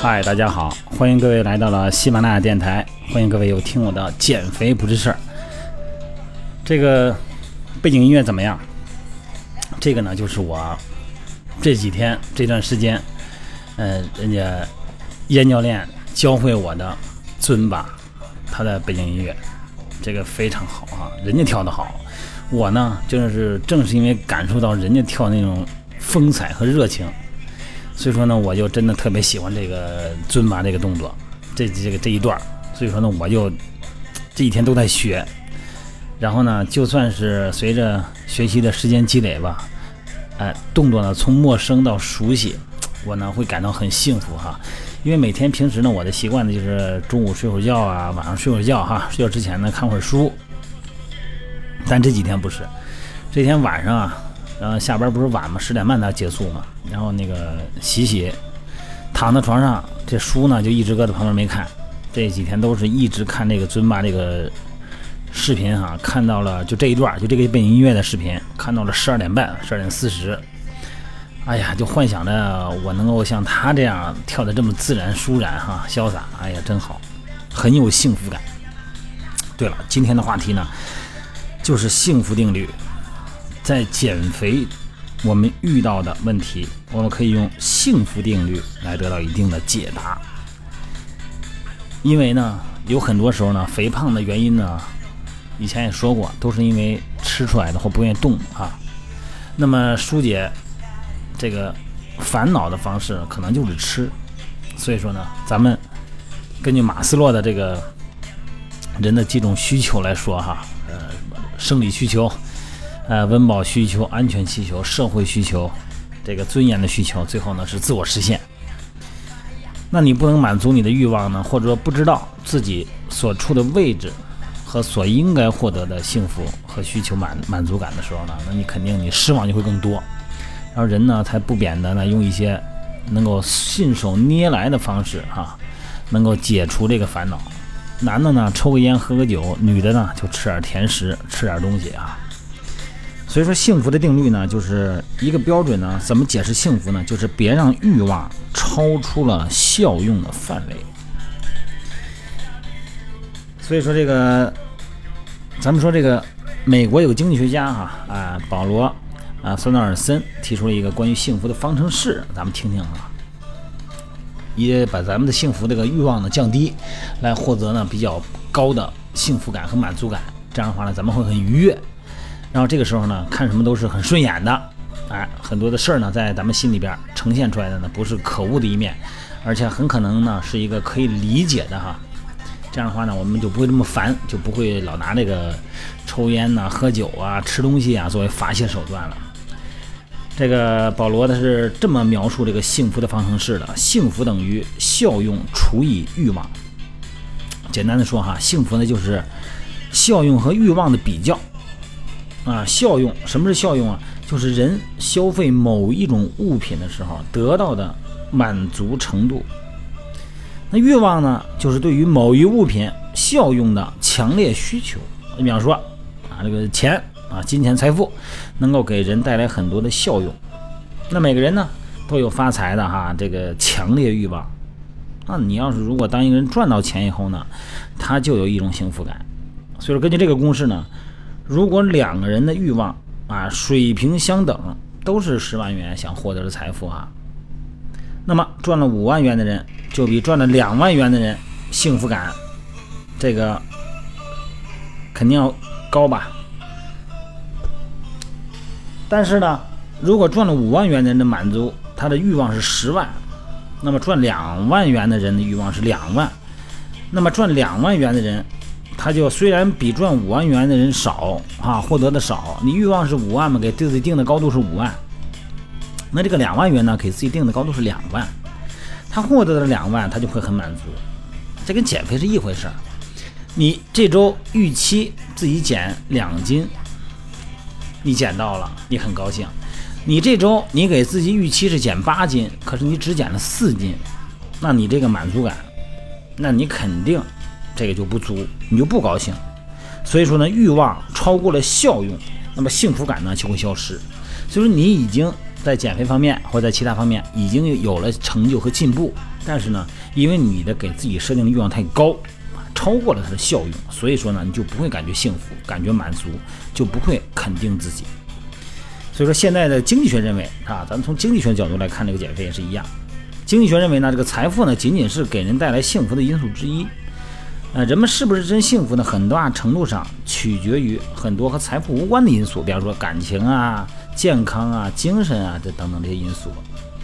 嗨，大家好，欢迎各位来到了喜马拉雅电台，欢迎各位又听我的减肥不是事儿。这个背景音乐怎么样？这个呢，就是我这几天这段时间，人家燕教练教会我的尊巴，他的背景音乐，这个非常好啊，人家跳得好。我呢，正是因为感受到人家跳那种风采和热情，所以说呢，我就真的特别喜欢这个尊巴这个动作，这一段，所以说呢，我就这几天都在学。然后呢，就算是随着学习的时间积累吧，动作呢从陌生到熟悉，我呢会感到很幸福哈。因为每天平时呢，我的习惯呢就是中午睡会儿觉啊，晚上睡会儿觉哈，睡觉之前呢看会儿书。但这几天不是，这天晚上啊，下班不是晚吗？10点半才结束嘛，然后那个洗，躺在床上，这书呢就一直搁在旁边没看。这几天都是一直看这个尊巴这个视频哈，看到了就这一段，就这个背景音乐的视频，看到了12点半，12点40。哎呀，就幻想着我能够像他这样跳得这么自然舒然哈，潇洒，哎呀真好，很有幸福感。对了，今天的话题呢就是幸福定律。在减肥我们遇到的问题，我们可以用幸福定律来得到一定的解答。因为呢有很多时候呢，肥胖的原因呢以前也说过，都是因为吃出来的或不愿意动啊。那么疏解这个烦恼的方式可能就是吃。所以说呢，咱们根据马斯洛的这个人的几种需求来说哈，生理需求，温饱需求，安全需求，社会需求，这个尊严的需求，最后呢是自我实现。那你不能满足你的欲望呢，或者说不知道自己所处的位置和所应该获得的幸福和需求满足感的时候呢，那你肯定你失望就会更多。然后人呢才不免的呢用一些能够信手拈来的方式能够解除这个烦恼。男的呢抽个烟喝个酒，女的呢就吃点甜食，吃点东西啊。所以说幸福的定律呢，就是一个标准呢，怎么解释幸福呢？就是别让欲望超出了效用的范围。所以说这个咱们说这个美国有个经济学家保罗索纳尔森提出了一个关于幸福的方程式，咱们听听也把咱们的幸福这个欲望呢降低，来获得呢比较高的幸福感和满足感。这样的话呢，咱们会很愉悦，然后这个时候呢看什么都是很顺眼的，很多的事儿呢在咱们心里边呈现出来的呢不是可恶的一面，而且很可能呢是一个可以理解的哈。这样的话呢，我们就不会这么烦，就不会老拿这个抽烟喝酒吃东西作为发泄手段了。这个保罗他是这么描述这个幸福的方程式的：幸福等于效用除以欲望。简单的说幸福呢就是效用和欲望的比较效用，什么是效用就是人消费某一种物品的时候得到的满足程度。那欲望呢，就是对于某一物品效用的强烈需求。你比方说这个钱金钱财富能够给人带来很多的效用。那每个人呢都有发财的这个强烈欲望。那你要是如果当一个人赚到钱以后呢，他就有一种幸福感。所以说根据这个公式呢，如果两个人的欲望水平相等，都是10万元想获得的财富那么赚了5万元的人就比赚了2万元的人幸福感这个肯定要高吧。但是呢，如果赚了5万元的人的满足，他的欲望是10万，那么赚2万元的人的欲望是2万。那么赚2万元的人，他就虽然比赚5万元的人少获得的少，你欲望是5万嘛，给自己定的高度是5万，那这个2万元呢，给自己定的高度是2万，他获得的2万，他就会很满足。这跟减肥是一回事。你这周预期自己减2斤，你减到了，你很高兴。你这周你给自己预期是减8斤，可是你只减了4斤，那你这个满足感，那你肯定这个就不足，你就不高兴。所以说呢，欲望超过了效用，那么幸福感呢就会消失。所以说你已经在减肥方面或者在其他方面已经有了成就和进步，但是呢，因为你的给自己设定的欲望太高，超过了它的效用，所以说呢，你就不会感觉幸福，感觉满足，就不会肯定自己。所以说现在的经济学认为啊，咱们从经济学的角度来看这个减肥也是一样。经济学认为呢，这个财富呢仅仅是给人带来幸福的因素之一。人们是不是真幸福呢？很大程度上取决于很多和财富无关的因素，比方说感情啊、健康啊、精神啊这等等这些因素。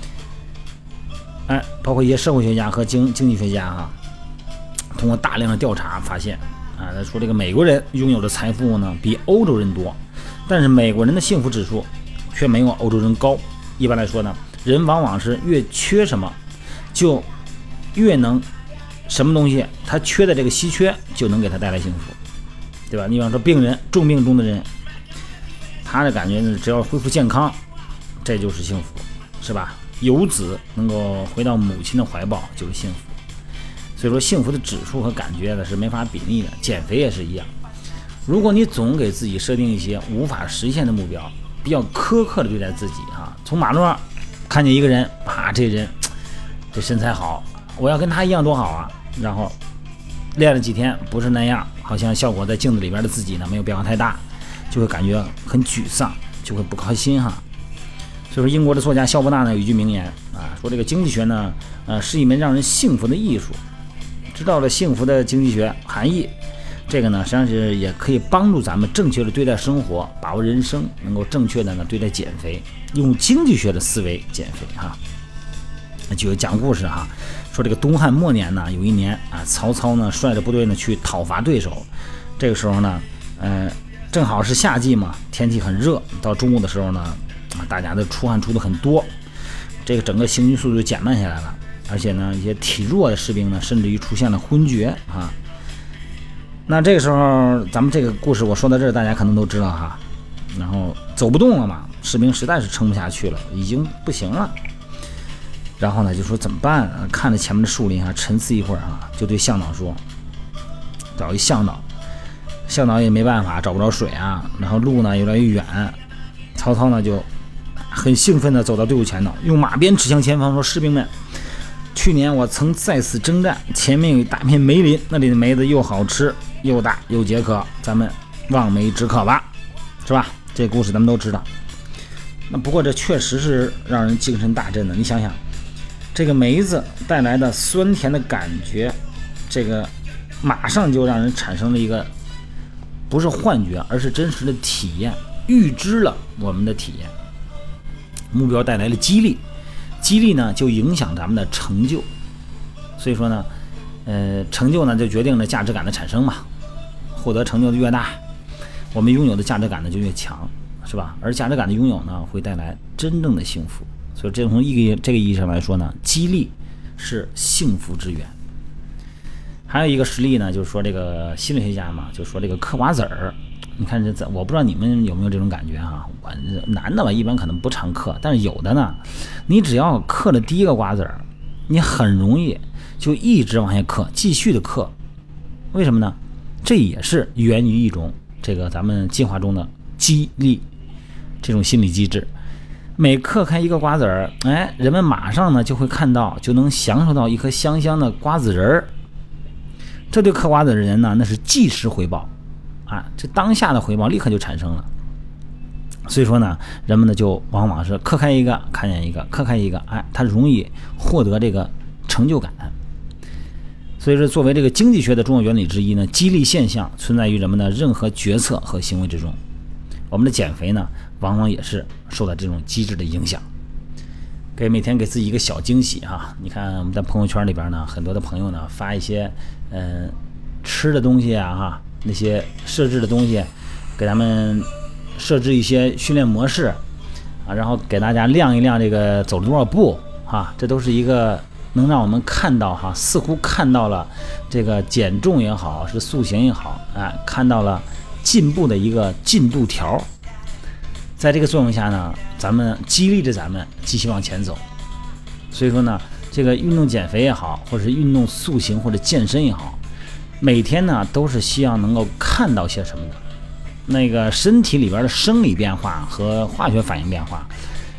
包括一些社会学家和经济学家哈，通过大量的调查发现啊，他说这个美国人拥有的财富呢比欧洲人多，但是美国人的幸福指数却没有欧洲人高。一般来说呢，人往往是越缺什么，就越能什么东西他缺的这个稀缺就能给他带来幸福，对吧？你比方说病人重病中的人，他的感觉呢，只要恢复健康，这就是幸福，是吧？游子能够回到母亲的怀抱就是幸福。所以说幸福的指数和感觉呢是没法比拟的，减肥也是一样。如果你总给自己设定一些无法实现的目标，比较苛刻的对待自己啊，从马路上看见一个人啊，这人这身材好，我要跟他一样多好啊，然后练了几天不是那样，好像效果在镜子里边的自己呢没有变化太大，就会感觉很沮丧，就会不开心哈。所以说英国的作家肖伯纳呢有一句名言啊，说这个经济学呢是一门让人幸福的艺术。知道了幸福的经济学含义，这个呢实际上是也可以帮助咱们正确的对待生活，把握人生，能够正确的呢对待减肥，用经济学的思维减肥哈。就有讲故事哈，说这个东汉末年呢，有一年啊，曹操呢率着部队呢去讨伐对手，这个时候呢正好是夏季嘛，天气很热，到中午的时候呢大家都出汗出的很多，这个整个行军速度就减慢下来了，而且呢一些体弱的士兵呢甚至于出现了昏厥啊。那这个时候咱们这个故事我说到这儿大家可能都知道哈，然后走不动了嘛，士兵实在是撑不下去了，已经不行了，然后呢就说怎么办啊？看着前面的树林啊，沉思一会儿啊，就对向导说，找一向导，向导也没办法，找不着水啊，然后路呢越来越远，曹操呢就很兴奋地走到队伍前头，用马鞭指向前方说，士兵们，去年我曾在此征战，前面有一大片梅林，那里的梅子又好吃又大又解渴，咱们望梅止渴吧，是吧？这故事咱们都知道。那不过这确实是让人精神大振的，你想想这个梅子带来的酸甜的感觉，这个马上就让人产生了一个不是幻觉，而是真实的体验，预知了我们的体验。目标带来了激励，激励呢就影响咱们的成就，所以说呢成就呢就决定了价值感的产生嘛，获得成就的越大，我们拥有的价值感呢就越强，是吧？而价值感的拥有呢会带来真正的幸福，所以这从这个意义上来说呢，激励是幸福之源。还有一个实例呢，就是说这个心理学家嘛，就说这个嗑瓜子儿，你看这我不知道你们有没有这种感觉哈，我男的吧一般可能不常嗑，但是有的呢，你只要嗑了第一个瓜子儿，你很容易就一直往下嗑，继续的嗑。为什么呢？这也是源于一种这个咱们进化中的激励这种心理机制。每嗑开一个瓜子儿，人们马上呢就会看到，就能享受到一颗香香的瓜子仁儿。这对嗑瓜子的人呢，那是即时回报啊，这当下的回报立刻就产生了。所以说呢，人们呢就往往是嗑开一个看见一个，嗑开一个，他容易获得这个成就感。所以说作为这个经济学的重要原理之一呢，激励现象存在于人们的任何决策和行为之中。我们的减肥呢往往也是受到这种机制的影响。每天给自己一个小惊喜哈，你看我们在朋友圈里边呢，很多的朋友呢发一些吃的东西啊哈，那些设置的东西，给咱们设置一些训练模式啊，然后给大家亮一亮这个走了多少步哈，这都是一个能让我们看到哈，似乎看到了这个减重也好，是塑形也好看到了进步的一个进度条。在这个作用下呢，咱们激励着咱们继续往前走。所以说呢，这个运动减肥也好，或者是运动塑形或者健身也好，每天呢都是希望能够看到些什么的。那个身体里边的生理变化和化学反应变化，实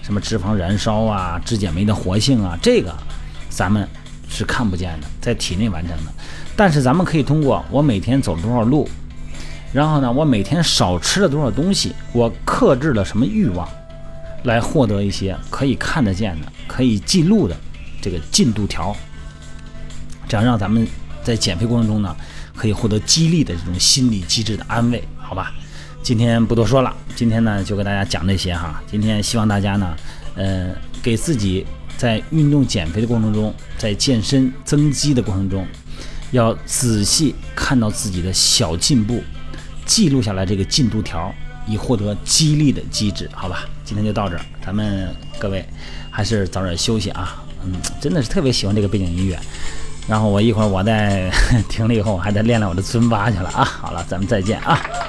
什么脂肪燃烧啊、脂减酶的活性啊，这个咱们是看不见的，在体内完成的。但是咱们可以通过我每天走多少路，然后呢，我每天少吃了多少东西，我克制了什么欲望，来获得一些可以看得见的、可以记录的这个进度条，这样让咱们在减肥过程中呢，可以获得激励的这种心理机制的安慰，好吧？今天不多说了，今天呢就给大家讲这些哈。今天希望大家呢，给自己在运动减肥的过程中，在健身增肌的过程中，要仔细看到自己的小进步，记录下来这个进度条，以获得激励的机制，好吧？今天就到这儿，咱们各位还是早点休息啊。真的是特别喜欢这个背景音乐。然后我一会儿我再停了以后，我还得练练我的尊巴去了啊。好了，咱们再见啊。